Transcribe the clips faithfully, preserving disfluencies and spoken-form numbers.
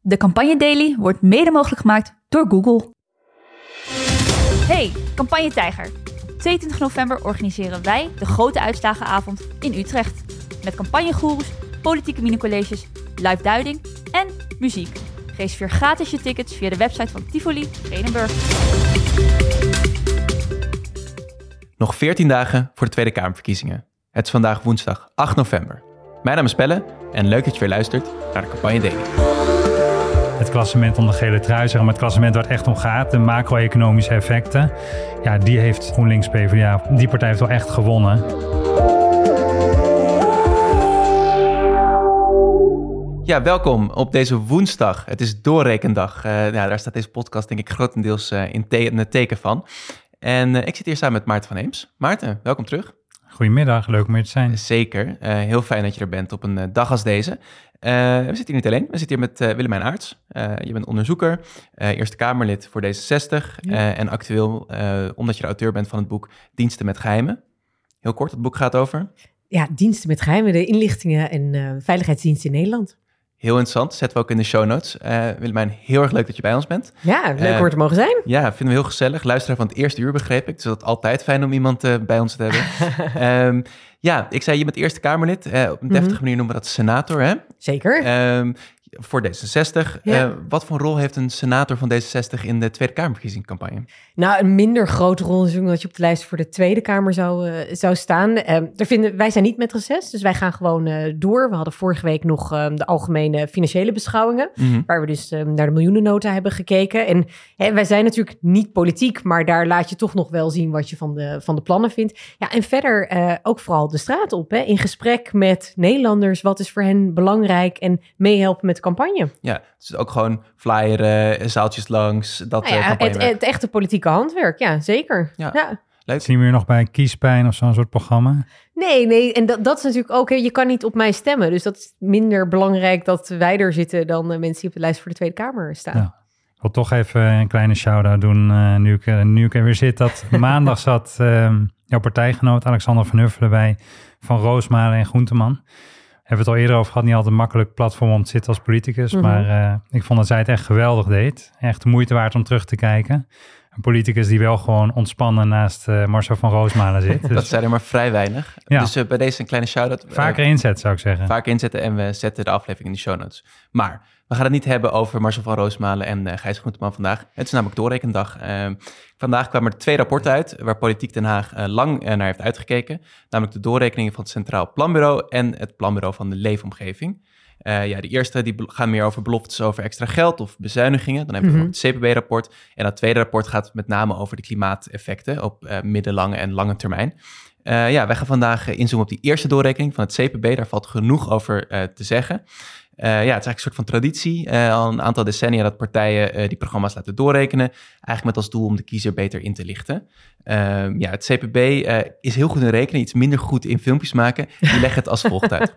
De Campagne Daily wordt mede mogelijk gemaakt door Google. Hey, Campagne Tijger. Op tweeëntwintig november organiseren wij de grote uitslagenavond in Utrecht. Met campagnegoeroes, politieke minicolleges, live duiding en muziek. Reserveer gratis je tickets via de website van Tivoli Vredenburg. Nog veertien dagen voor de Tweede Kamerverkiezingen. Het is vandaag woensdag acht november. Mijn naam is Pelle en leuk dat je weer luistert naar de Campagne Daily. Het klassement om de gele trui, zeg maar het klassement waar het echt om gaat, de macro-economische effecten. Ja, die heeft GroenLinks PvdA, die partij heeft wel echt gewonnen. Ja, welkom op deze woensdag. Het is doorrekendag. Uh, ja, daar staat deze podcast denk ik grotendeels uh, in, te- in het teken van. En uh, ik zit hier samen met Maarten van Eems. Maarten, welkom terug. Goedemiddag, leuk om hier te zijn. Zeker, uh, heel fijn dat je er bent op een uh, dag als deze. Uh, we zitten hier niet alleen, we zitten hier met uh, Willemijn Aarts. Uh, je bent onderzoeker, uh, Eerste Kamerlid voor D zesenzestig ja. uh, en actueel, uh, omdat je de auteur bent van het boek Diensten met Geheimen. Heel kort, het boek gaat over? Ja, diensten met geheimen, de inlichtingen en uh, veiligheidsdiensten in Nederland. Heel interessant, zetten we ook in de show notes. Uh, Willemijn, heel erg leuk dat je bij ons bent. Ja, leuk uh, om er te mogen zijn. Ja, vinden we heel gezellig. Luisteraar van het eerste uur begreep ik, dus dat is altijd fijn om iemand uh, bij ons te hebben. um, ja, ik zei, je bent Eerste Kamerlid. Uh, op een deftige mm-hmm. manier noemen we dat senator, hè? Zeker. Um, voor D zesenzestig. Ja. Uh, wat voor rol heeft een senator van D zesenzestig in de Tweede Kamerverkiezingscampagne? Nou, een minder grote rol is dat je op de lijst voor de Tweede Kamer zou, uh, zou staan. Uh, er vinden, wij zijn niet met reces, dus wij gaan gewoon uh, door. We hadden vorige week nog uh, de algemene financiële beschouwingen, mm-hmm. waar we dus uh, naar de miljoenennota hebben gekeken. En hè, wij zijn natuurlijk niet politiek, maar daar laat je toch nog wel zien wat je van de, van de plannen vindt. Ja, en verder uh, ook vooral de straat op, hè, in gesprek met Nederlanders. Wat is voor hen belangrijk en meehelpen met de campagne. Ja, dus ook gewoon flyeren, zaaltjes langs, dat nou ja, het, het echte politieke handwerk, ja, zeker. Ja, ja. Leuk. Zien we hier nog bij Kiespijn of zo'n soort programma? Nee, nee, en dat, dat is natuurlijk ook, hè, je kan niet op mij stemmen, dus dat is minder belangrijk dat wij er zitten dan uh, mensen die op de lijst voor de Tweede Kamer staan. Ja. Ik wil toch even een kleine shout-out doen, uh, nu, ik, uh, nu ik er weer zit, dat maandag zat uh, jouw partijgenoot Alexander van Huffelen bij Van Roosmalen en Groenteman. Hebben we het al eerder over gehad, niet altijd een makkelijk platform om te zitten als politicus. Mm-hmm. Maar uh, ik vond dat zij het echt geweldig deed. Echt de moeite waard om terug te kijken. Een politicus die wel gewoon ontspannen naast uh, Marcel van Roosmalen zit. Dus... dat zijn er maar vrij weinig. Ja. Dus uh, bij deze een kleine shout-out. Vaker uh, inzetten zou ik zeggen. Vaker inzetten en we zetten de aflevering in de show notes. Maar we gaan het niet hebben over Marcel van Roosmalen en uh, Gijs Groenteman vandaag. Het is namelijk doorrekendag. Uh, vandaag kwamen er twee rapporten uit waar Politiek Den Haag uh, lang uh, naar heeft uitgekeken. Namelijk de doorrekeningen van het Centraal Planbureau en het Planbureau van de Leefomgeving. Uh, ja, de eerste die gaan meer over beloftes over extra geld of bezuinigingen. Dan hebben we mm-hmm. het C P B-rapport. En dat tweede rapport gaat met name over de klimaateffecten op uh, middellange en lange termijn. Uh, ja, wij gaan vandaag uh, inzoomen op die eerste doorrekening van het C P B. Daar valt genoeg over uh, te zeggen. Uh, ja, het is eigenlijk een soort van traditie, uh, al een aantal decennia dat partijen uh, die programma's laten doorrekenen, eigenlijk met als doel om de kiezer beter in te lichten. Uh, ja, het C P B uh, is heel goed in rekenen, iets minder goed in filmpjes maken. Die leggen het als volgt uit.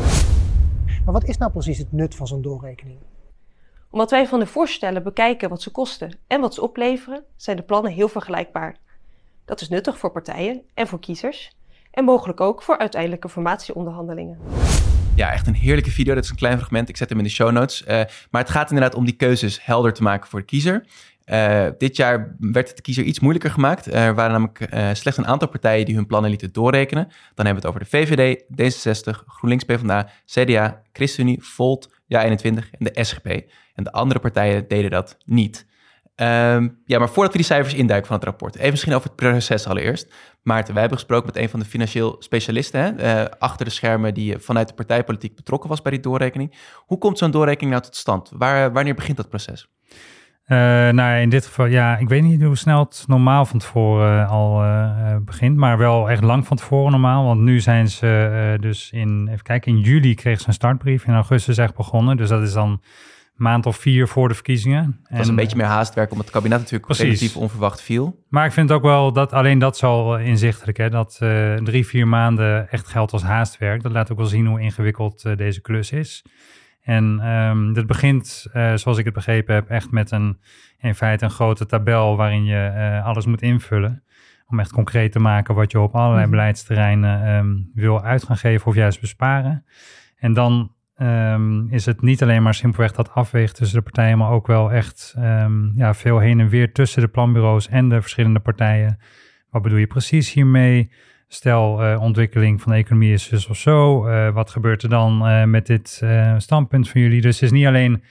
Maar wat is nou precies het nut van zo'n doorrekening? Omdat wij van de voorstellen bekijken wat ze kosten en wat ze opleveren, zijn de plannen heel vergelijkbaar. Dat is nuttig voor partijen en voor kiezers en mogelijk ook voor uiteindelijke formatieonderhandelingen. Ja, echt een heerlijke video. Dat is een klein fragment. Ik zet hem in de show notes. Uh, maar het gaat inderdaad om die keuzes helder te maken voor de kiezer. Uh, dit jaar werd het de kiezer iets moeilijker gemaakt. Uh, er waren namelijk uh, slechts een aantal partijen die hun plannen lieten doorrekenen. Dan hebben we het over de V V D, D zesenzestig, GroenLinks PvdA, C D A, ChristenUnie, Volt, Ja eenentwintig en de S G P. En de andere partijen deden dat niet. Um, ja, maar voordat we die cijfers induiken van het rapport, even misschien over het proces allereerst. Maarten, wij hebben gesproken met een van de financieel specialisten, hè, uh, achter de schermen, die vanuit de partijpolitiek betrokken was bij die doorrekening. Hoe komt zo'n doorrekening nou tot stand? Waar, wanneer begint dat proces? Uh, nou, in dit geval, ja, ik weet niet hoe snel het normaal van tevoren uh, al uh, begint, maar wel echt lang van tevoren normaal. Want nu zijn ze uh, dus in, even kijken, in juli kreeg ze een startbrief, in augustus echt begonnen. Dus dat is dan maand of vier voor de verkiezingen. Het was en, een beetje meer haastwerk, omdat het kabinet natuurlijk precies. relatief onverwacht viel. Maar ik vind ook wel dat alleen dat is al inzichtelijk, hè, dat uh, drie, vier maanden echt geldt als haastwerk. Dat laat ook wel zien hoe ingewikkeld uh, deze klus is. En um, dit begint, uh, zoals ik het begrepen heb, echt met een, in feite een grote tabel waarin je uh, alles moet invullen. Om echt concreet te maken wat je op allerlei mm-hmm. beleidsterreinen um, wil uit gaan geven of juist besparen. En dan um, is het niet alleen maar simpelweg dat afwegen tussen de partijen, maar ook wel echt um, ja, veel heen en weer tussen de planbureaus en de verschillende partijen. Wat bedoel je precies hiermee? Stel, uh, ontwikkeling van de economie is dus of zo. Uh, wat gebeurt er dan uh, met dit uh, standpunt van jullie? Dus het is niet alleen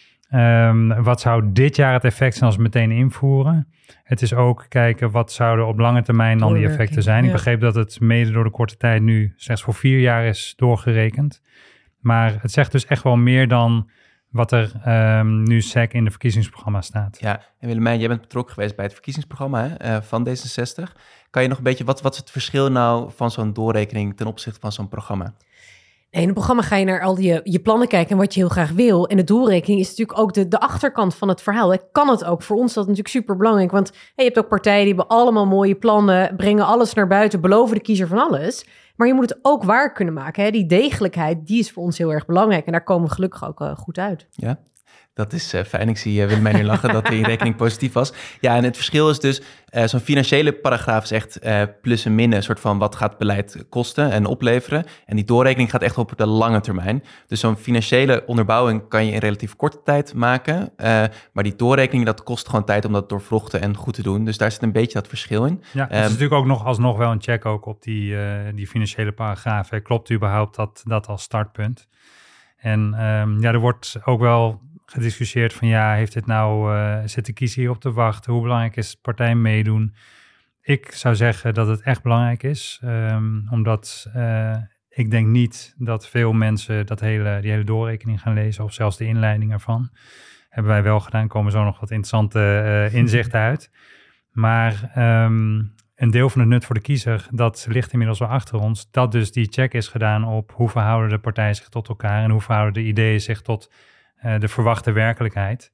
um, wat zou dit jaar het effect zijn als we meteen invoeren. Het is ook kijken wat zouden op lange termijn dan die effecten zijn. Ja. Ik begreep dat het mede door de korte tijd nu slechts voor vier jaar is doorgerekend. Maar het zegt dus echt wel meer dan wat er um, nu S E C in de verkiezingsprogramma staat. Ja, en Willemijn, jij bent betrokken geweest bij het verkiezingsprogramma hè, uh, van D zesenzestig. Kan je nog een beetje, wat, wat is het verschil nou van zo'n doorrekening ten opzichte van zo'n programma? Nee, in het programma ga je naar al die, je plannen kijken en wat je heel graag wil. En de doelrekening is natuurlijk ook de, de achterkant van het verhaal. Dat kan het ook. Voor ons is dat natuurlijk super belangrijk. Want hey, je hebt ook partijen die hebben allemaal mooie plannen, brengen alles naar buiten, beloven de kiezer van alles. Maar je moet het ook waar kunnen maken. Hè? Die degelijkheid, die is voor ons heel erg belangrijk. En daar komen we gelukkig ook uh, goed uit. Ja, dat is uh, fijn. Ik zie uh, Willemijn nu lachen dat die rekening positief was. Ja, en het verschil is dus, uh, zo'n financiële paragraaf is echt uh, plus en min, een soort van wat gaat beleid kosten en opleveren. En die doorrekening gaat echt op de lange termijn. Dus zo'n financiële onderbouwing kan je in relatief korte tijd maken. Uh, maar die doorrekening, dat kost gewoon tijd om dat doorvrochten en goed te doen. Dus daar zit een beetje dat verschil in. Ja, het um, is natuurlijk ook nog alsnog wel een check ook op die, uh, die financiële paragraaf. Hè. Klopt überhaupt dat, dat als startpunt? En um, ja, er wordt ook wel gediscussieerd van ja, heeft dit nou, uh, zit de kiezer hier op te wachten? Hoe belangrijk is partijen meedoen? Ik zou zeggen dat het echt belangrijk is, um, omdat uh, ik denk niet dat veel mensen dat hele, die hele doorrekening gaan lezen of zelfs de inleiding ervan. Hebben wij wel gedaan, komen zo nog wat interessante uh, inzichten uit. Maar um, een deel van het nut voor de kiezer, dat ligt inmiddels wel achter ons, dat dus die check is gedaan op hoe verhouden de partijen zich tot elkaar en hoe verhouden de ideeën zich tot Uh, de verwachte werkelijkheid.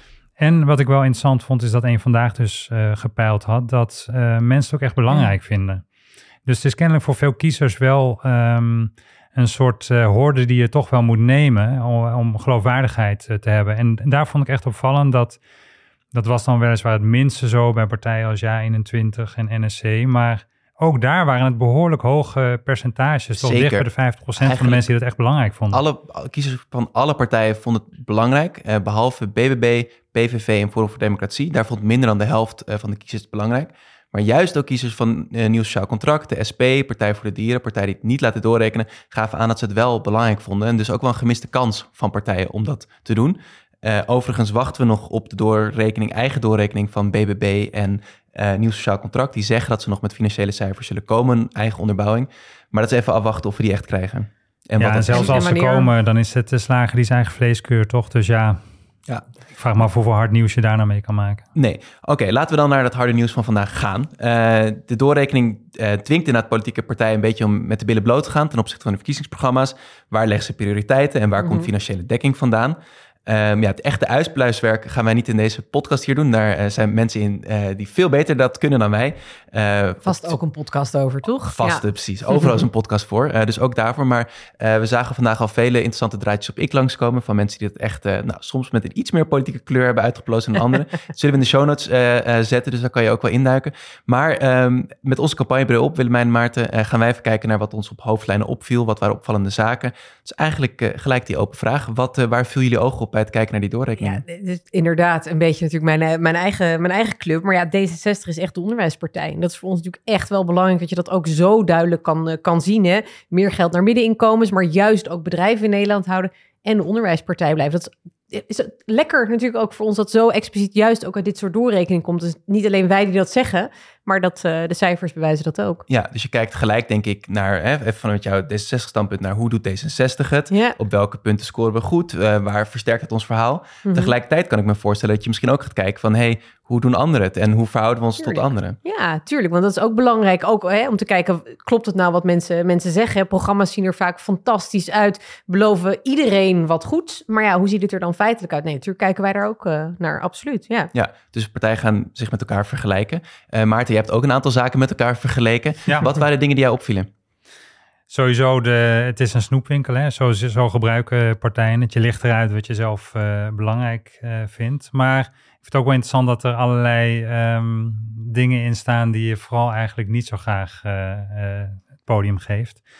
En wat ik wel interessant vond, is dat een vandaag dus uh, gepeild had, dat uh, mensen het ook echt belangrijk ja. vinden. Dus het is kennelijk voor veel kiezers wel um, een soort uh, hoorde die je toch wel moet nemen om, om geloofwaardigheid uh, te hebben. En, en daar vond ik echt opvallend dat, dat was dan weliswaar het minste zo bij partijen als Ja eenentwintig en N S C, maar ook daar waren het behoorlijk hoge percentages. Toch dicht bij de vijftig procent van de mensen die dat echt belangrijk vonden. Alle kiezers van alle partijen vonden het belangrijk. Uh, behalve B B B, P V V en Forum voor Democratie. Daar vond minder dan de helft uh, van de kiezers het belangrijk. Maar juist ook kiezers van uh, Nieuw Sociaal Contract, de S P, Partij voor de Dieren, partijen die het niet laten doorrekenen, gaven aan dat ze het wel belangrijk vonden. En dus ook wel een gemiste kans van partijen om dat te doen. Uh, overigens wachten we nog op de doorrekening, eigen doorrekening van B B B en uh, Nieuw Sociaal Contract. Die zeggen dat ze nog met financiële cijfers zullen komen, eigen onderbouwing. Maar dat is even afwachten of we die echt krijgen. En ja, wat en zelfs als ze komen, dan is het de slager die zijn eigen vleeskeur, toch? Dus ja, ja, ik vraag me af hoeveel hard nieuws je daar nou mee kan maken. Nee, oké, okay, laten we dan naar dat harde nieuws van vandaag gaan. Uh, de doorrekening uh, dwingt inderdaad politieke partijen een beetje om met de billen bloot te gaan ten opzichte van de verkiezingsprogramma's. Waar leggen ze prioriteiten en waar mm-hmm. komt financiële dekking vandaan? Um, ja, het echte uitpluiswerk gaan wij niet in deze podcast hier doen. Daar uh, zijn mensen in uh, die veel beter dat kunnen dan wij. Uh, Vast wat, ook een podcast over, toch? Vast, ja. precies. Overal is een podcast voor. Uh, dus ook daarvoor. Maar uh, we zagen vandaag al vele interessante draadjes op Ik langskomen. Van mensen die het echt uh, nou, soms met een iets meer politieke kleur hebben uitgeplozen dan anderen. Dat zullen we in de show notes uh, uh, zetten. Dus daar kan je ook wel induiken. Maar um, met onze campagnebril op, Willemijn en Maarten, uh, gaan wij even kijken naar wat ons op hoofdlijnen opviel. Wat waren opvallende zaken. Dus eigenlijk uh, gelijk die open vraag. Wat, uh, waar viel jullie ogen op bij het kijken naar die doorrekening? Ja, dus inderdaad, een beetje natuurlijk mijn, mijn, eigen, mijn eigen club. Maar ja, D zesenzestig is echt de onderwijspartij. En dat is voor ons natuurlijk echt wel belangrijk dat je dat ook zo duidelijk kan, kan zien. Hè? Meer geld naar middeninkomens, maar juist ook bedrijven in Nederland houden en de onderwijspartij blijven. Dat is het lekker natuurlijk ook voor ons dat zo expliciet juist ook uit dit soort doorrekening komt. Dus niet alleen wij die dat zeggen, maar dat uh, de cijfers bewijzen dat ook. Ja, dus je kijkt gelijk denk ik naar, hè, even vanuit jouw D zesenzestig standpunt naar hoe doet D zesenzestig het? Ja. Op welke punten scoren we goed? Uh, waar versterkt het ons verhaal? Mm-hmm. Tegelijkertijd kan ik me voorstellen dat je misschien ook gaat kijken van, hey, hoe doen anderen het en hoe verhouden we ons tuurlijk. tot anderen? Ja, tuurlijk, want dat is ook belangrijk ook hè, om te kijken, klopt het nou wat mensen, mensen zeggen? Programma's zien er vaak fantastisch uit, beloven iedereen wat goed, maar ja, hoe ziet het er dan feitelijk uit? Nee, natuurlijk kijken wij daar ook uh, naar, absoluut, ja. Ja, dus partijen gaan zich met elkaar vergelijken. Uh, Maarten, je hebt ook een aantal zaken met elkaar vergeleken. Ja. Wat waren de dingen die jou opvielen? Sowieso, de, het is een snoepwinkel. Hè? Zo, zo gebruiken partijen het. Je ligt eruit wat je zelf uh, belangrijk uh, vindt. Maar ik vind het ook wel interessant dat er allerlei um, dingen in staan die je vooral eigenlijk niet zo graag uh, uh, het podium geeft.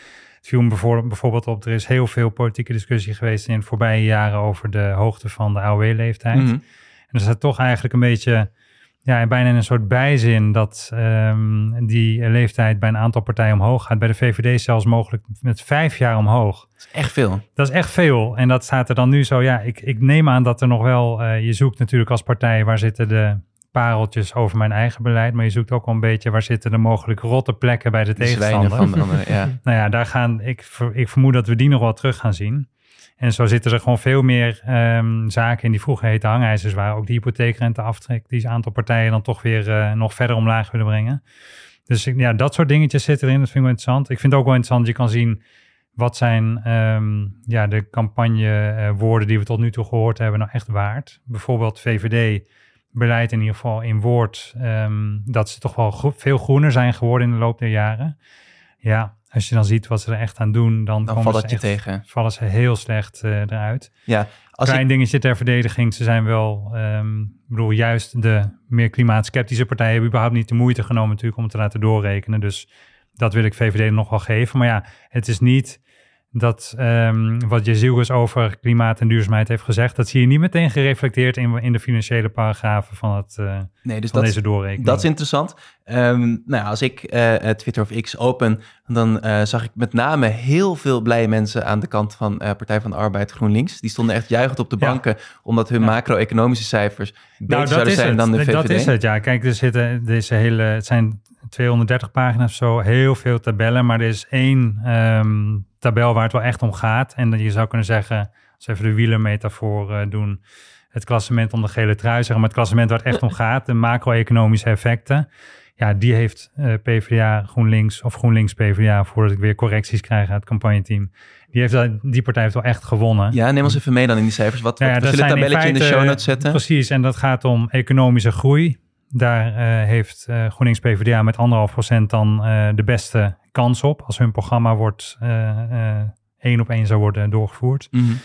Het viel me bijvoorbeeld op, er is heel veel politieke discussie geweest in de voorbije jaren over de hoogte van de A O W-leeftijd. Mm-hmm. En er staat toch eigenlijk een beetje, ja, bijna in een soort bijzin dat um, die leeftijd bij een aantal partijen omhoog gaat. Bij de V V D zelfs mogelijk met vijf jaar omhoog. Dat is echt veel. Dat is echt veel. En dat staat er dan nu zo, ja, ik, ik neem aan dat er nog wel, uh, je zoekt natuurlijk als partij, waar zitten de pareltjes over mijn eigen beleid, maar je zoekt ook wel een beetje, waar zitten de mogelijk rotte plekken bij de, de tegenstander. Van de andere, ja. Nou ja, daar gaan, ik, ik vermoed dat we die nog wel terug gaan zien. En zo zitten er gewoon veel meer um, zaken in die vroeger hete hangijzers waren. Ook die hypotheekrenteaftrek, die een aantal partijen dan toch weer uh, nog verder omlaag willen brengen. Dus ja, dat soort dingetjes zitten erin. Dat vind ik wel interessant. Ik vind het ook wel interessant, je kan zien wat zijn um, ja, de campagnewoorden uh, die we tot nu toe gehoord hebben nou echt waard. Bijvoorbeeld V V D beleid in ieder geval in woord um, dat ze toch wel gro- veel groener zijn geworden in de loop der jaren. Ja, als je dan ziet wat ze er echt aan doen, dan, Dan komen valt het ze je echt, tegen. vallen ze heel slecht uh, eruit. Ja, als Klein ik... dingetje ter verdediging, ze zijn wel, um, ik bedoel, juist de meer klimaatskeptische partijen hebben überhaupt niet de moeite genomen natuurlijk om het te laten doorrekenen. Dus dat wil ik V V D nog wel geven. Maar ja, het is niet dat um, wat Jezilgus over klimaat en duurzaamheid heeft gezegd, dat zie je niet meteen gereflecteerd in, in de financiële paragrafen van, het, uh, nee, dus van dat, deze doorrekening. Dat is interessant. Um, nou ja, als ik uh, Twitter of X open, dan uh, zag ik met name heel veel blije mensen aan de kant van uh, Partij van de Arbeid GroenLinks. Die stonden echt juichend op de banken, ja. omdat hun ja. macro-economische cijfers beter nou, zouden zijn het. dan de V V D. Dat is het, ja. Kijk, er zitten deze hele, het zijn tweehonderddertig pagina's of zo, heel veel tabellen, maar er is één um, tabel waar het wel echt om gaat. En je zou kunnen zeggen, als we even de wielermetafoor uh, doen, het klassement om de gele trui, zeg maar het klassement waar het echt om gaat, de macro-economische effecten. Ja, die heeft uh, PvdA, GroenLinks of GroenLinks PvdA, voordat ik weer correcties krijg uit het campagneteam, die, heeft, die partij heeft wel echt gewonnen. Ja, neem ons even mee dan in die cijfers. Wat, ja, wat ja, we zullen het tabelletje in, in de show notes zetten? Precies, en dat gaat om economische groei. Daar uh, heeft uh, GroenLinks PvdA met anderhalf procent dan uh, de beste kans op, als hun programma wordt uh, uh, één op één zou worden doorgevoerd. Mm-hmm.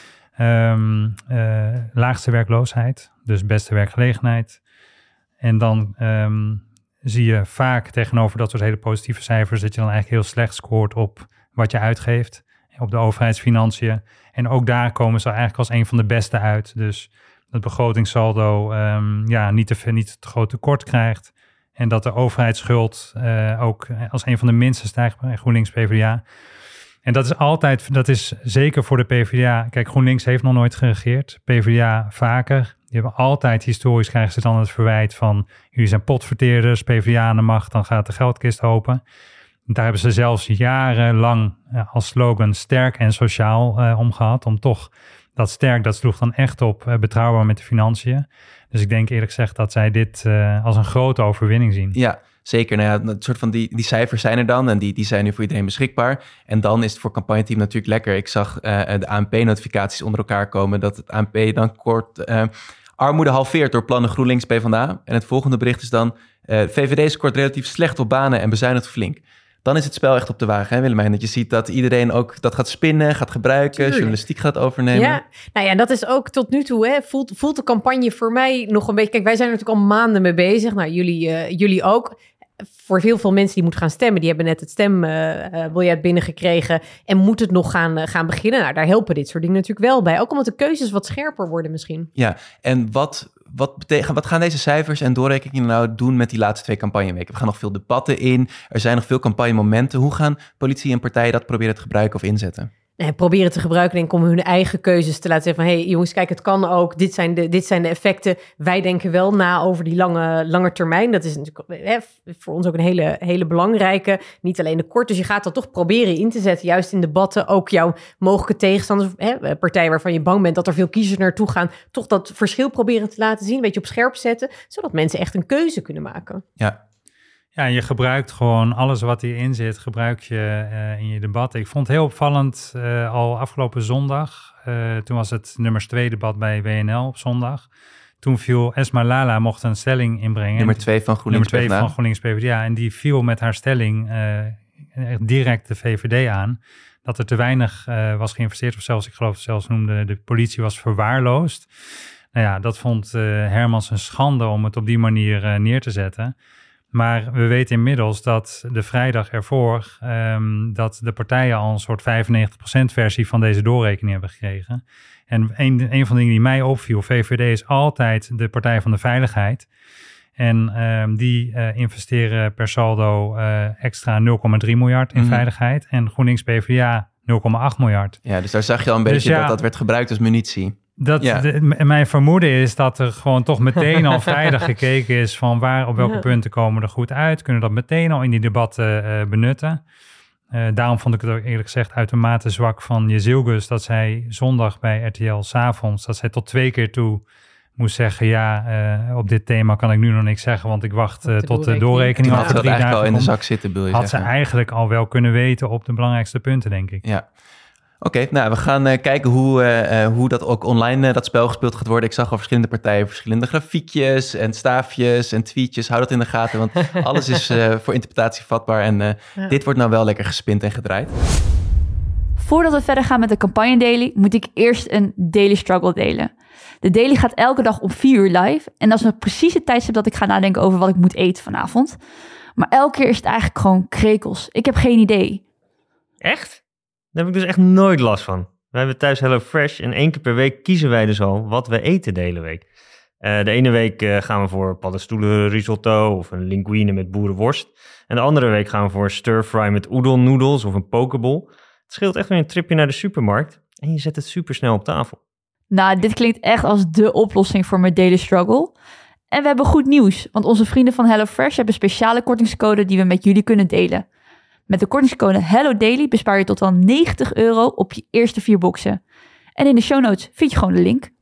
Um, uh, laagste werkloosheid, dus beste werkgelegenheid. En dan um, zie je vaak tegenover dat soort hele positieve cijfers dat je dan eigenlijk heel slecht scoort op wat je uitgeeft, op de overheidsfinanciën. En ook daar komen ze eigenlijk als een van de beste uit. Dus dat begrotingssaldo um, ja, niet te, niet te groot tekort krijgt. En dat de overheidsschuld uh, ook als een van de minste stijgt bij GroenLinks PvdA. En dat is altijd, dat is zeker voor de PvdA. Kijk, GroenLinks heeft nog nooit geregeerd. PvdA vaker. Die hebben altijd, historisch krijgen ze dan het verwijt van, jullie zijn potverteerders, PvdA aan de macht, dan gaat de geldkist open. Daar hebben ze zelfs jarenlang uh, als slogan sterk en sociaal uh, omgehad, om toch dat sterk, dat sloeg dan echt op uh, betrouwbaar met de financiën. Dus ik denk eerlijk gezegd dat zij dit uh, als een grote overwinning zien. Ja, zeker. Nou ja, een soort van die, die cijfers zijn er dan en die, die zijn nu voor iedereen beschikbaar. En dan is het voor campagneteam natuurlijk lekker. Ik zag uh, de A N P-notificaties onder elkaar komen, dat het A N P dan kort uh, armoede halveert door plannen GroenLinks PvdA. En het volgende bericht is dan, uh, V V D scoort relatief slecht op banen en bezuinigt flink. Dan is het spel echt op de wagen, hè Willemijn? Dat je ziet dat iedereen ook dat gaat spinnen, gaat gebruiken, Tuurlijk. journalistiek gaat overnemen. Ja, nou ja, dat is ook tot nu toe, hè, voelt, voelt de campagne voor mij nog een beetje. Kijk, wij zijn er natuurlijk al maanden mee bezig. Nou, jullie, uh, jullie ook. Voor heel veel mensen die moeten gaan stemmen, die hebben net het stembiljet uh, binnengekregen en moeten het nog gaan, uh, gaan beginnen. Nou, daar helpen dit soort dingen natuurlijk wel bij. Ook omdat de keuzes wat scherper worden misschien. Ja, en wat... Wat, betekent, wat gaan deze cijfers en doorrekeningen nou doen met die laatste twee campagneweken? We gaan nog veel debatten in, er zijn nog veel campagnemomenten. Hoe gaan politie en partijen dat proberen te gebruiken of inzetten? Nee, proberen te gebruiken denk ik om hun eigen keuzes te laten zeggen van, hé hey, jongens, kijk, het kan ook. Dit zijn, de, dit zijn de effecten. Wij denken wel na over die lange, lange termijn. Dat is natuurlijk hè, voor ons ook een hele, hele belangrijke. Niet alleen de kort. Dus je gaat dat toch proberen in te zetten. Juist in debatten ook jouw mogelijke tegenstanders. Hè, partijen waarvan je bang bent dat er veel kiezers naartoe gaan. Toch dat verschil proberen te laten zien. Een beetje op scherp zetten. Zodat mensen echt een keuze kunnen maken. Ja. Ja, je gebruikt gewoon alles wat hierin zit, gebruik je uh, in je debatten. Ik vond het heel opvallend, uh, al afgelopen zondag, uh, toen was het nummers twee debat bij W N L op zondag. Toen viel Esma Lala, mocht een stelling inbrengen. Nummer twee van GroenLinks PvdA. Nummer twee van GroenLinks PvdA. En die viel met haar stelling uh, direct de V V D aan. Dat er te weinig uh, was geïnvesteerd, of zelfs, ik geloof zelfs noemde, de politie was verwaarloosd. Nou ja, dat vond uh, Hermans een schande om het op die manier uh, neer te zetten. Maar we weten inmiddels dat de vrijdag ervoor... Um, dat de partijen al een soort vijfennegentig procent versie van deze doorrekening hebben gekregen. En een, een van de dingen die mij opviel, V V D is altijd de Partij van de Veiligheid. En um, die uh, investeren per saldo uh, extra nul komma drie miljard in mm-hmm. veiligheid. En GroenLinks P v d A nul komma acht miljard. Ja, dus daar zag je al een beetje dus ja, dat dat werd gebruikt als munitie. Dat, ja. de, mijn vermoeden is dat er gewoon toch meteen al vrijdag gekeken is van waar op welke ja. punten komen er goed uit. Kunnen we dat meteen al in die debatten uh, benutten. Uh, daarom vond ik het ook eerlijk gezegd uitermate zwak van Jezilgus dat zij zondag bij R T L 's avonds, dat zij tot twee keer toe moest zeggen, ja, uh, op dit thema kan ik nu nog niks zeggen, want ik wacht uh, tot de doorrekening. Had ze dat eigenlijk al in de zak zitten, wil je Had zeggen. ze eigenlijk al wel kunnen weten op de belangrijkste punten, denk ik. Ja. Oké, okay, nou, we gaan uh, kijken hoe, uh, hoe dat ook online uh, dat spel gespeeld gaat worden. Ik zag al verschillende partijen, verschillende grafiekjes en staafjes en tweetjes. Hou dat in de gaten, want alles is uh, voor interpretatie vatbaar. En uh, ja. dit wordt nou wel lekker gespind en gedraaid. Voordat we verder gaan met de campagne daily, moet ik eerst een daily struggle delen. De daily gaat elke dag om vier uur live. En dat is nog precies het tijdstip dat ik ga nadenken over wat ik moet eten vanavond. Maar elke keer is het eigenlijk gewoon krekels. Ik heb geen idee. Echt? Daar heb ik dus echt nooit last van. We hebben thuis HelloFresh en één keer per week kiezen wij dus al wat we eten de hele week. Uh, de ene week uh, gaan we voor paddenstoelen risotto of een linguine met boerenworst. En de andere week gaan we voor stir-fry met udon noodles of een pokeball. Het scheelt echt weer een tripje naar de supermarkt en je zet het supersnel op tafel. Nou, dit klinkt echt als de oplossing voor mijn daily struggle. En we hebben goed nieuws, want onze vrienden van HelloFresh hebben een speciale kortingscode die we met jullie kunnen delen. Met de kortingscode HelloDaily bespaar je tot wel negentig euro op je eerste vier boxen. En in de show notes vind je gewoon de link.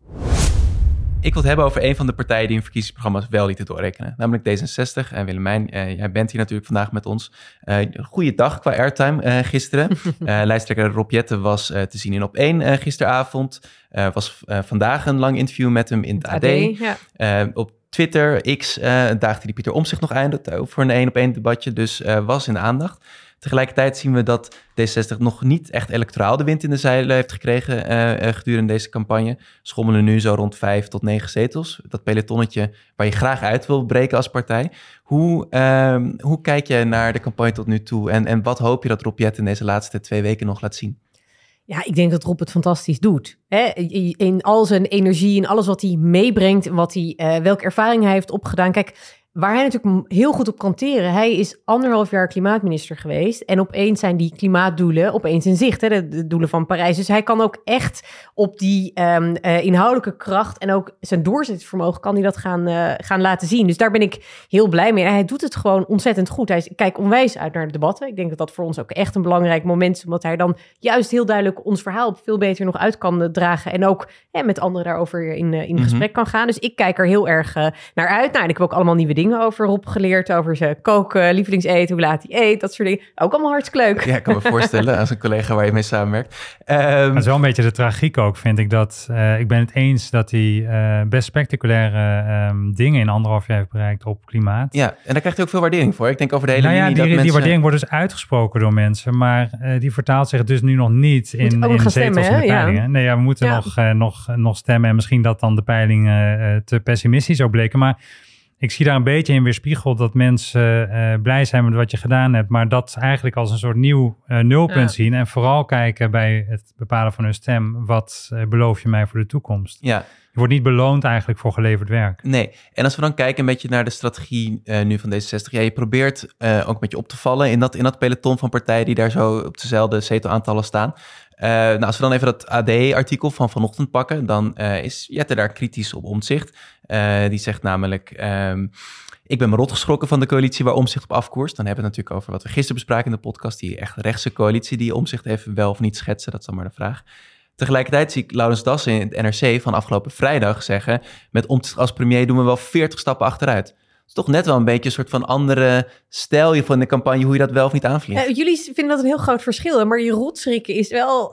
Ik wil het hebben over een van de partijen die hun verkiezingsprogramma's wel lieten doorrekenen. Namelijk D zesenzestig. En Willemijn, uh, jij bent hier natuurlijk vandaag met ons. Uh, goeie dag qua airtime uh, gisteren. Uh, lijsttrekker Rob Jetten was uh, te zien in Op één uh, gisteravond. Uh, was uh, vandaag een lang interview met hem in het A D. A D ja. uh, op Twitter, X, uh, daagde die Pieter Omtzigt nog aan voor een één-op-één debatje. Dus uh, was in de aandacht. Tegelijkertijd zien we dat D zesenzestig nog niet echt electoraal de wind in de zeilen heeft gekregen uh, uh, gedurende deze campagne. Schommelen nu zo rond vijf tot negen zetels. Dat pelotonnetje waar je graag uit wil breken als partij. Hoe, uh, hoe kijk je naar de campagne tot nu toe? En, en wat hoop je dat Rob Jetten in deze laatste twee weken nog laat zien? Ja, ik denk dat Rob het fantastisch doet. Hè? In al zijn energie, in alles wat hij meebrengt, wat hij, uh, welke ervaring hij heeft opgedaan. Kijk, waar hij natuurlijk heel goed op kan teren. Hij is anderhalf jaar klimaatminister geweest. En opeens zijn die klimaatdoelen opeens in zicht. Hè, de, de doelen van Parijs. Dus hij kan ook echt op die um, uh, inhoudelijke kracht en ook zijn doorzettingsvermogen kan hij dat gaan, uh, gaan laten zien. Dus daar ben ik heel blij mee. En hij doet het gewoon ontzettend goed. Hij is, kijkt onwijs uit naar de debatten. Ik denk dat dat voor ons ook echt een belangrijk moment is. Omdat hij dan juist heel duidelijk ons verhaal veel beter nog uit kan dragen. En ook hè, met anderen daarover in, uh, in mm-hmm. gesprek kan gaan. Dus ik kijk er heel erg uh, naar uit. Nou, en ik heb ook allemaal nieuwe dingen over Rob geleerd, over zijn koken, lievelingseten, hoe laat hij eet, dat soort dingen. Ook allemaal hartstikke leuk. Ja, ik kan me voorstellen, als een collega waar je mee samenwerkt. Um, Het is wel een beetje de tragiek ook, vind ik. dat uh, Ik ben het eens dat hij uh, best spectaculaire um, dingen in anderhalf jaar heeft bereikt op klimaat. Ja, en daar krijgt hij ook veel waardering voor. Ik denk over de hele nou ja, linie die, dat die mensen... waardering wordt dus uitgesproken door mensen, maar uh, die vertaalt zich dus nu nog niet in, in zetels stemmen, in de peilingen. Ja. Nee, ja, we moeten ja. nog, uh, nog, nog stemmen en misschien dat dan de peilingen uh, te pessimistisch ook bleken, maar ik zie daar een beetje in weerspiegeld dat mensen uh, blij zijn met wat je gedaan hebt, maar dat eigenlijk als een soort nieuw uh, nulpunt ja. zien en vooral kijken bij het bepalen van hun stem, wat uh, beloof je mij voor de toekomst? Ja. Je wordt niet beloond eigenlijk voor geleverd werk. Nee, en als we dan kijken een beetje naar de strategie uh, nu van D zesenzestig, ja, je probeert uh, ook een beetje op te vallen in dat, in dat peloton van partijen die daar zo op dezelfde zetelaantallen staan. Uh, nou, als we dan even dat A D-artikel van vanochtend pakken, dan uh, is Jetten daar kritisch op Omtzigt. Uh, die zegt namelijk, um, ik ben me rot geschrokken van de coalitie waar Omtzigt op afkoerst. Dan hebben we het natuurlijk over wat we gisteren bespraken in de podcast, die echt rechtse coalitie die Omtzigt even wel of niet schetsen, dat is dan maar de vraag. Tegelijkertijd zie ik Laurens Dassen in het N R C van afgelopen vrijdag zeggen, met Omtzigt als premier doen we wel veertig stappen achteruit. Het is toch net wel een beetje een soort van andere stijl van de campagne, hoe je dat wel of niet aanvliegt. Uh, jullie vinden dat een heel groot verschil, maar je rotschrikken is wel,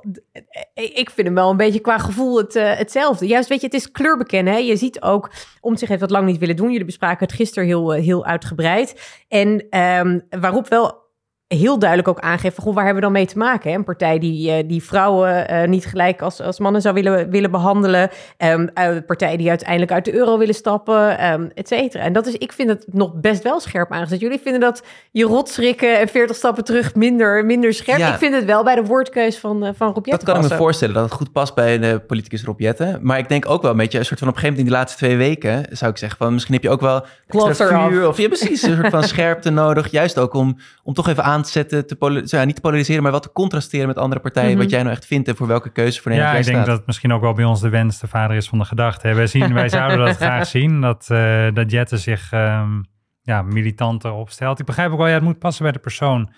ik vind hem wel een beetje qua gevoel het, uh, hetzelfde. Juist, weet je, het is kleurbekennen. Hè? Je ziet ook, Omtzigt heeft dat lang niet willen doen. Jullie bespraken het gisteren heel, heel uitgebreid. En um, waarop wel heel duidelijk ook aangeeft van, goh, waar hebben we dan mee te maken? Hè? Een partij die, uh, die vrouwen uh, niet gelijk als, als mannen zou willen, willen behandelen. Um, een partij die uiteindelijk uit de euro willen stappen, um, et cetera. En dat is, ik vind het nog best wel scherp aangezet. Jullie vinden dat je rotschrikken en veertig stappen terug minder, minder scherp. Ja. Ik vind het wel bij de woordkeus van, uh, van Rob Jetten. Dat kan passen. ik me voorstellen, dat het goed past bij de politicus Rob Jetten. Maar ik denk ook wel een beetje, een soort van op een gegeven moment in die laatste twee weken, zou ik zeggen, van misschien heb je ook wel extra vuur. Of ja, precies, een soort van scherpte nodig. Juist ook om, om toch even aan te zetten, te pol- ja, niet te polariseren, maar wel te contrasteren met andere partijen, mm-hmm. wat jij nou echt vindt en voor welke keuze voor Nederland ja, jij staat. Ja, ik denk staat. dat misschien ook wel bij ons de wens de vader is van de gedachte. Wij, zien, wij zouden dat graag zien, dat, uh, dat Jetten zich um, ja, militanter opstelt. Ik begrijp ook wel, ja, het moet passen bij de persoon.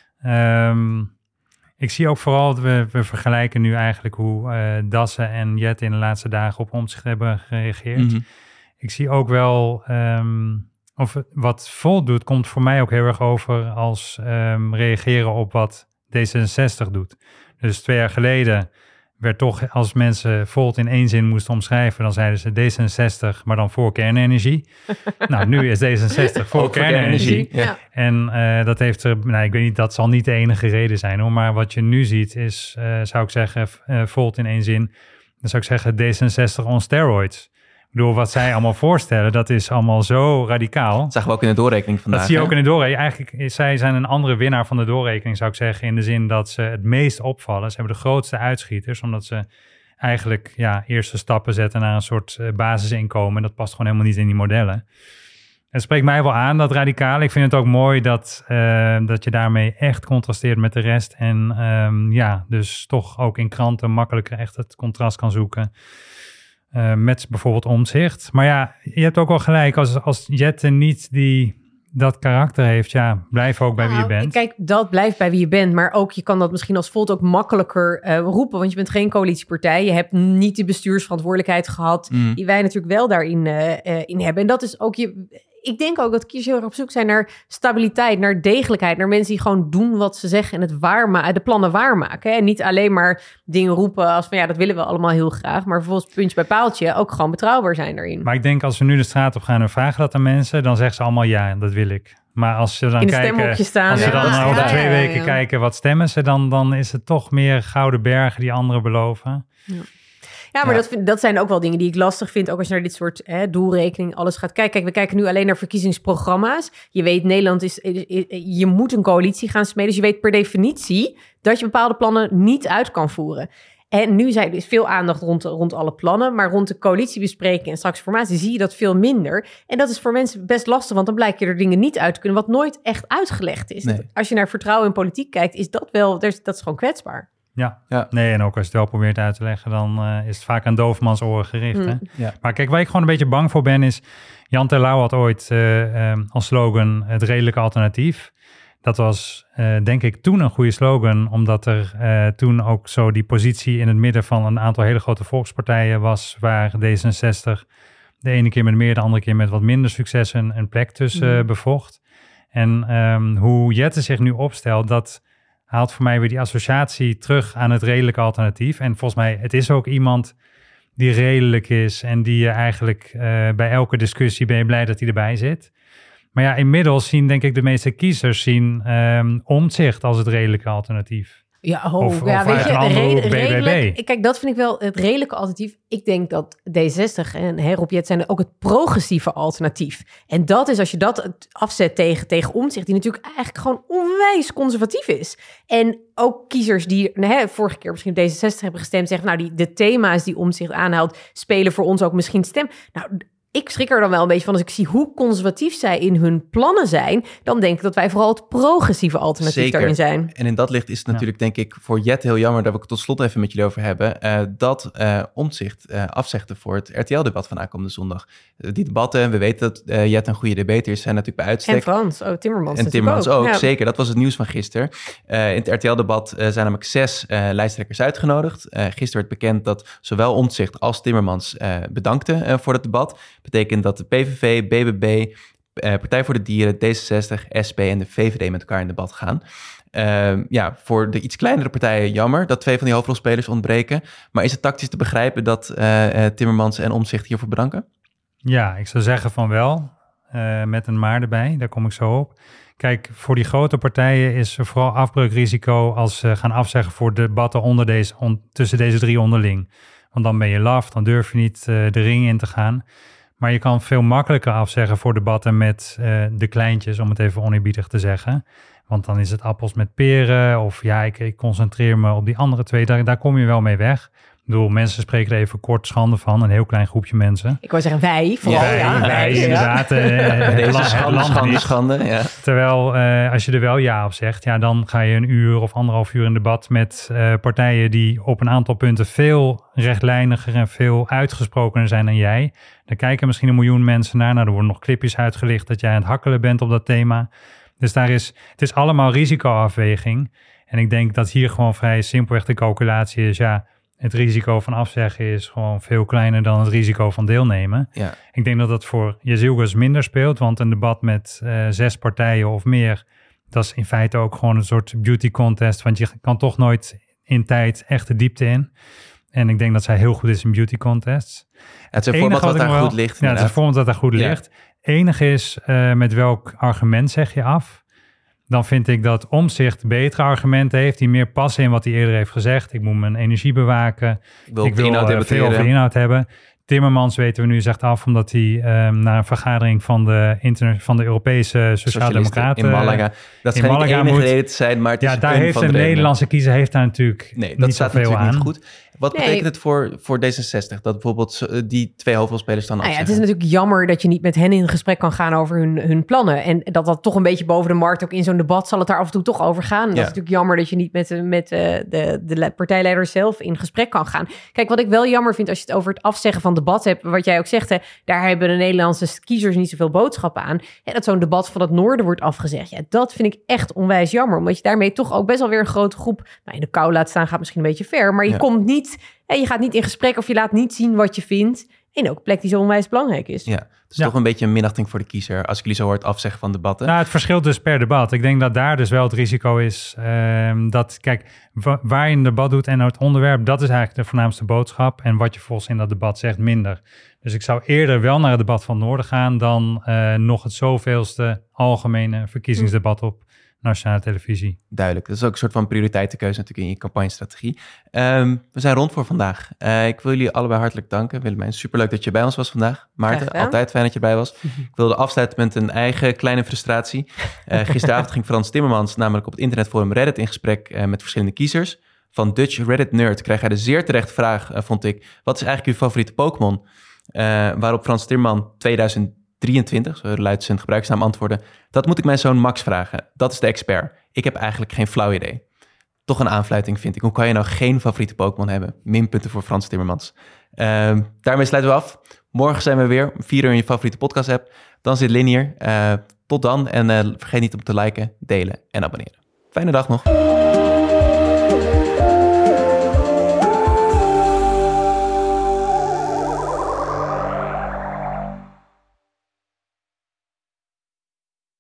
Um, ik zie ook vooral, we, we vergelijken nu eigenlijk hoe uh, Dassen en Jetten in de laatste dagen op Omtzigt hebben gereageerd. Mm-hmm. Ik zie ook wel, um, of wat Volt doet, komt voor mij ook heel erg over als um, reageren op wat D zesenzestig doet. Dus twee jaar geleden werd toch, als mensen Volt in één zin moesten omschrijven, dan zeiden ze D zesenzestig, maar dan voor kernenergie. Nou, nu is D zesenzestig voor kernenergie. Ja. En uh, dat heeft er, nou, ik weet niet, dat zal niet de enige reden zijn hoor, maar wat je nu ziet is, uh, zou ik zeggen, uh, Volt in één zin, dan zou ik zeggen D zesenzestig on steroids. Ik bedoel, wat zij allemaal voorstellen, dat is allemaal zo radicaal. Dat zagen we ook in de doorrekening vandaag. Dat zie je hè? ook in de doorrekening. Eigenlijk, zij zijn een andere winnaar van de doorrekening, zou ik zeggen, in de zin dat ze het meest opvallen. Ze hebben de grootste uitschieters, omdat ze eigenlijk ja, eerste stappen zetten naar een soort uh, basisinkomen. Dat past gewoon helemaal niet in die modellen. Het spreekt mij wel aan, dat radicaal. Ik vind het ook mooi dat, uh, dat je daarmee echt contrasteert met de rest. En um, ja, dus toch ook in kranten makkelijker echt het contrast kan zoeken. Uh, met bijvoorbeeld Omtzigt. Maar ja, je hebt ook wel gelijk, als, als Jetten niet die, dat karakter heeft, ja, blijf ook bij nou, wie je bent. Kijk, dat blijft bij wie je bent, maar ook je kan dat misschien als Volt ook makkelijker uh, roepen, want je bent geen coalitiepartij, je hebt niet de bestuursverantwoordelijkheid gehad, mm. die wij natuurlijk wel daarin uh, uh, in hebben. En dat is ook je... Ik denk ook dat kiezers heel erg op zoek zijn naar stabiliteit, naar degelijkheid, naar mensen die gewoon doen wat ze zeggen en het waarma- de plannen waarmaken. Hè? En niet alleen maar dingen roepen als van ja, dat willen we allemaal heel graag, maar vervolgens puntje bij paaltje ook gewoon betrouwbaar zijn daarin. Maar ik denk als we nu de straat op gaan en vragen dat aan mensen, dan zeggen ze allemaal ja, dat wil ik. Maar als ze dan in kijken, staan, als ze dan ja, over ja, twee ja, weken ja. kijken wat stemmen ze, dan, dan is het toch meer gouden bergen die anderen beloven. Ja. Ja, maar ja. Dat, dat zijn ook wel dingen die ik lastig vind, ook als je naar dit soort hè, doelrekening alles gaat kijken. Kijk, we kijken nu alleen naar verkiezingsprogramma's. Je weet, Nederland is, is, is, je moet een coalitie gaan smeden. Dus je weet per definitie dat je bepaalde plannen niet uit kan voeren. En nu zijn er dus veel aandacht rond, rond alle plannen, maar rond de coalitiebespreking en straks formatie zie je dat veel minder. En dat is voor mensen best lastig, want dan blijkt je er dingen niet uit te kunnen, wat nooit echt uitgelegd is. Nee. Als je naar vertrouwen in politiek kijkt, is dat wel, dat is gewoon kwetsbaar. Ja. ja, nee, en ook als je het wel probeert uit te leggen, dan uh, is het vaak aan doofmans oren gericht. Mm. Hè? Ja. Maar kijk, waar ik gewoon een beetje bang voor ben, is Jan Terlouw had ooit uh, um, als slogan het redelijke alternatief. Dat was, uh, denk ik, toen een goede slogan, omdat er uh, toen ook zo die positie in het midden van een aantal hele grote volkspartijen was, waar D zesenzestig de ene keer met meer, de andere keer met wat minder succes een, een plek tussen mm. uh, bevocht. En um, hoe Jetten zich nu opstelt, dat haalt voor mij weer die associatie terug aan het redelijke alternatief. En volgens mij, het is ook iemand die redelijk is en die je eigenlijk uh, bij elke discussie ben je blij dat hij erbij zit. Maar ja, inmiddels zien denk ik de meeste kiezers zien um, Omtzigt als het redelijke alternatief. Ja, oh, of, ja, of weet je, red- redelijk, kijk, dat vind ik wel het redelijke alternatief. Ik denk dat D zesenzestig en hè, Rob Jetten zijn ook het progressieve alternatief. En dat is als je dat afzet tegen, tegen Omtzigt, die natuurlijk eigenlijk gewoon onwijs conservatief is. En ook kiezers die hè, vorige keer misschien D zesenzestig hebben gestemd, zeggen nou, die, de thema's die Omtzigt aanhaalt, spelen voor ons ook misschien stem. Nou, ik schrik er dan wel een beetje van als ik zie hoe conservatief zij in hun plannen zijn. Dan denk ik dat wij vooral het progressieve alternatief Zeker. daarin zijn. En in dat licht is het natuurlijk, ja. denk ik, voor Jetten heel jammer dat we het tot slot even met jullie over hebben. Uh, dat uh, Omtzigt uh, afzegde voor het R T L-debat van aankomende zondag. Uh, die debatten, we weten dat uh, Jetten een goede debater is, zijn natuurlijk bij uitstek. En Frans, oh, Timmermans. En Timmermans ook, ook. Ja. zeker. Dat was het nieuws van gisteren. Uh, in het R T L-debat uh, zijn namelijk zes uh, lijsttrekkers uitgenodigd. Uh, gisteren werd bekend dat zowel Omtzigt als Timmermans uh, bedankten uh, voor het debat. Betekent dat de P V V, B B B, uh, Partij voor de Dieren, D zesenzestig, S P en de V V D met elkaar in debat gaan. Uh, ja, voor de iets kleinere partijen jammer dat twee van die hoofdrolspelers ontbreken. Maar is het tactisch te begrijpen dat uh, uh, Timmermans en Omtzigt hiervoor bedanken? Ja, ik zou zeggen van wel. Uh, met een maar erbij, daar kom ik zo op. Kijk, voor die grote partijen is er vooral afbreukrisico als ze gaan afzeggen voor debatten onder deze, on, tussen deze drie onderling. Want dan ben je laf, dan durf je niet uh, de ring in te gaan. Maar je kan veel makkelijker afzeggen voor debatten met uh, de kleintjes, om het even oneerbiedig te zeggen. Want dan is het appels met peren of ja, ik, ik concentreer me op die andere twee. Daar, daar kom je wel mee weg. Ik bedoel, mensen spreken er even kort schande van. Een heel klein groepje mensen. Ik wou zeggen wij, vooral. Ja, wij, ja, wij, wij, inderdaad. Uh, Deze land, schande, schande, schande. Ja. Terwijl uh, als je er wel ja op zegt, ja, dan ga je een uur of anderhalf uur in debat met uh, partijen die op een aantal punten veel rechtlijniger en veel uitgesprokener zijn dan jij. Daar kijken misschien een miljoen mensen naar. Nou, er worden nog clipjes uitgelicht dat jij aan het hakkelen bent op dat thema. Dus daar is, het is allemaal risicoafweging. En ik denk dat hier gewoon vrij simpelweg de calculatie is, ja, het risico van afzeggen is gewoon veel kleiner dan het risico van deelnemen. Ja. Ik denk dat dat voor Jezilgus minder speelt, want een debat met uh, zes partijen of meer, dat is in feite ook gewoon een soort beauty contest, want je kan toch nooit in tijd echt de diepte in. En ik denk dat zij heel goed is in beauty contests. Het is een voorbeeld wat daar wel, goed ligt. Ja, het is een voorbeeld dat daar goed ja. ligt. Enige is, uh, met welk argument zeg je af? Dan vind ik dat Omtzigt betere argumenten heeft die meer passen in wat hij eerder heeft gezegd. Ik moet mijn energie bewaken. Ik wil, ik wil inhoud uh, veel over inhoud hebben. Timmermans weten we nu zegt af omdat hij um, naar een vergadering van de, interna- van de Europese Sociaaldemocraten in Malaga. Dat in schijnt Malaga niet de enige moet. reden te zijn, maar het is ja, daar een heeft van de, de Nederlandse kiezer heeft daar natuurlijk nee, dat niet staat zoveel natuurlijk aan. niet goed. Wat Nee. betekent het voor, voor D zesenzestig dat bijvoorbeeld die twee hoofdrolspelers dan Nou ja, het afzeggen? is natuurlijk jammer dat je niet met hen in gesprek kan gaan over hun, hun plannen. En dat dat toch een beetje boven de markt, ook in zo'n debat, zal het daar af en toe toch over gaan. En dat Ja. is natuurlijk jammer dat je niet met, de- met de, de, de partijleider zelf in gesprek kan gaan. Kijk, wat ik wel jammer vind als je het over het afzeggen van debat hebt, wat jij ook zegt, hè, daar hebben de Nederlandse kiezers niet zoveel boodschappen aan. En dat zo'n debat van het noorden wordt afgezegd. Ja, dat vind ik echt onwijs jammer. Omdat je daarmee toch ook best wel weer een grote groep nou, in de kou laat staan, gaat misschien een beetje ver. Maar je Ja. komt niet, hè, je gaat niet in gesprek of je laat niet zien wat je vindt. En ook een plek die zo onwijs belangrijk is. Ja, het is Ja. toch een beetje een minachting voor de kiezer als ik jullie zo hoort afzeggen van debatten. Nou, het verschilt dus per debat. Ik denk dat daar dus wel het risico is um, dat, kijk, wa- waar je een debat doet en het onderwerp, dat is eigenlijk de voornaamste boodschap. En wat je volgens in dat debat zegt, minder. Dus ik zou eerder wel naar het debat van het Noorden gaan dan uh, nog het zoveelste algemene verkiezingsdebat op nationale televisie. Duidelijk. Dat is ook een soort van prioriteitenkeuze natuurlijk in je campagnestrategie. Um, we zijn rond voor vandaag. Uh, ik wil jullie allebei hartelijk danken. Willemijn, superleuk dat je bij ons was vandaag. Maarten, altijd fijn dat je bij was. Ik wilde afsluiten met een eigen kleine frustratie. Uh, gisteravond ging Frans Timmermans namelijk op het internetforum Reddit in gesprek uh, met verschillende kiezers. Van Dutch Reddit Nerd kreeg hij de zeer terechte vraag, uh, vond ik. Wat is eigenlijk uw favoriete Pokémon? Uh, waarop Frans Timmerman tweeduizend drieëntwintig, zo luidt zijn gebruiksnaam, antwoordde: dat moet ik mijn zoon Max vragen. Dat is de expert. Ik heb eigenlijk geen flauw idee. Toch een aanfluiting, vind ik. Hoe kan je nou geen favoriete Pokémon hebben? Minpunten voor Frans Timmermans. Uh, daarmee sluiten we af. Morgen zijn we weer om vier uur in je favoriete podcast app. Dan zit Lin hier. Uh, tot dan en uh, vergeet niet om te liken, delen en abonneren. Fijne dag nog.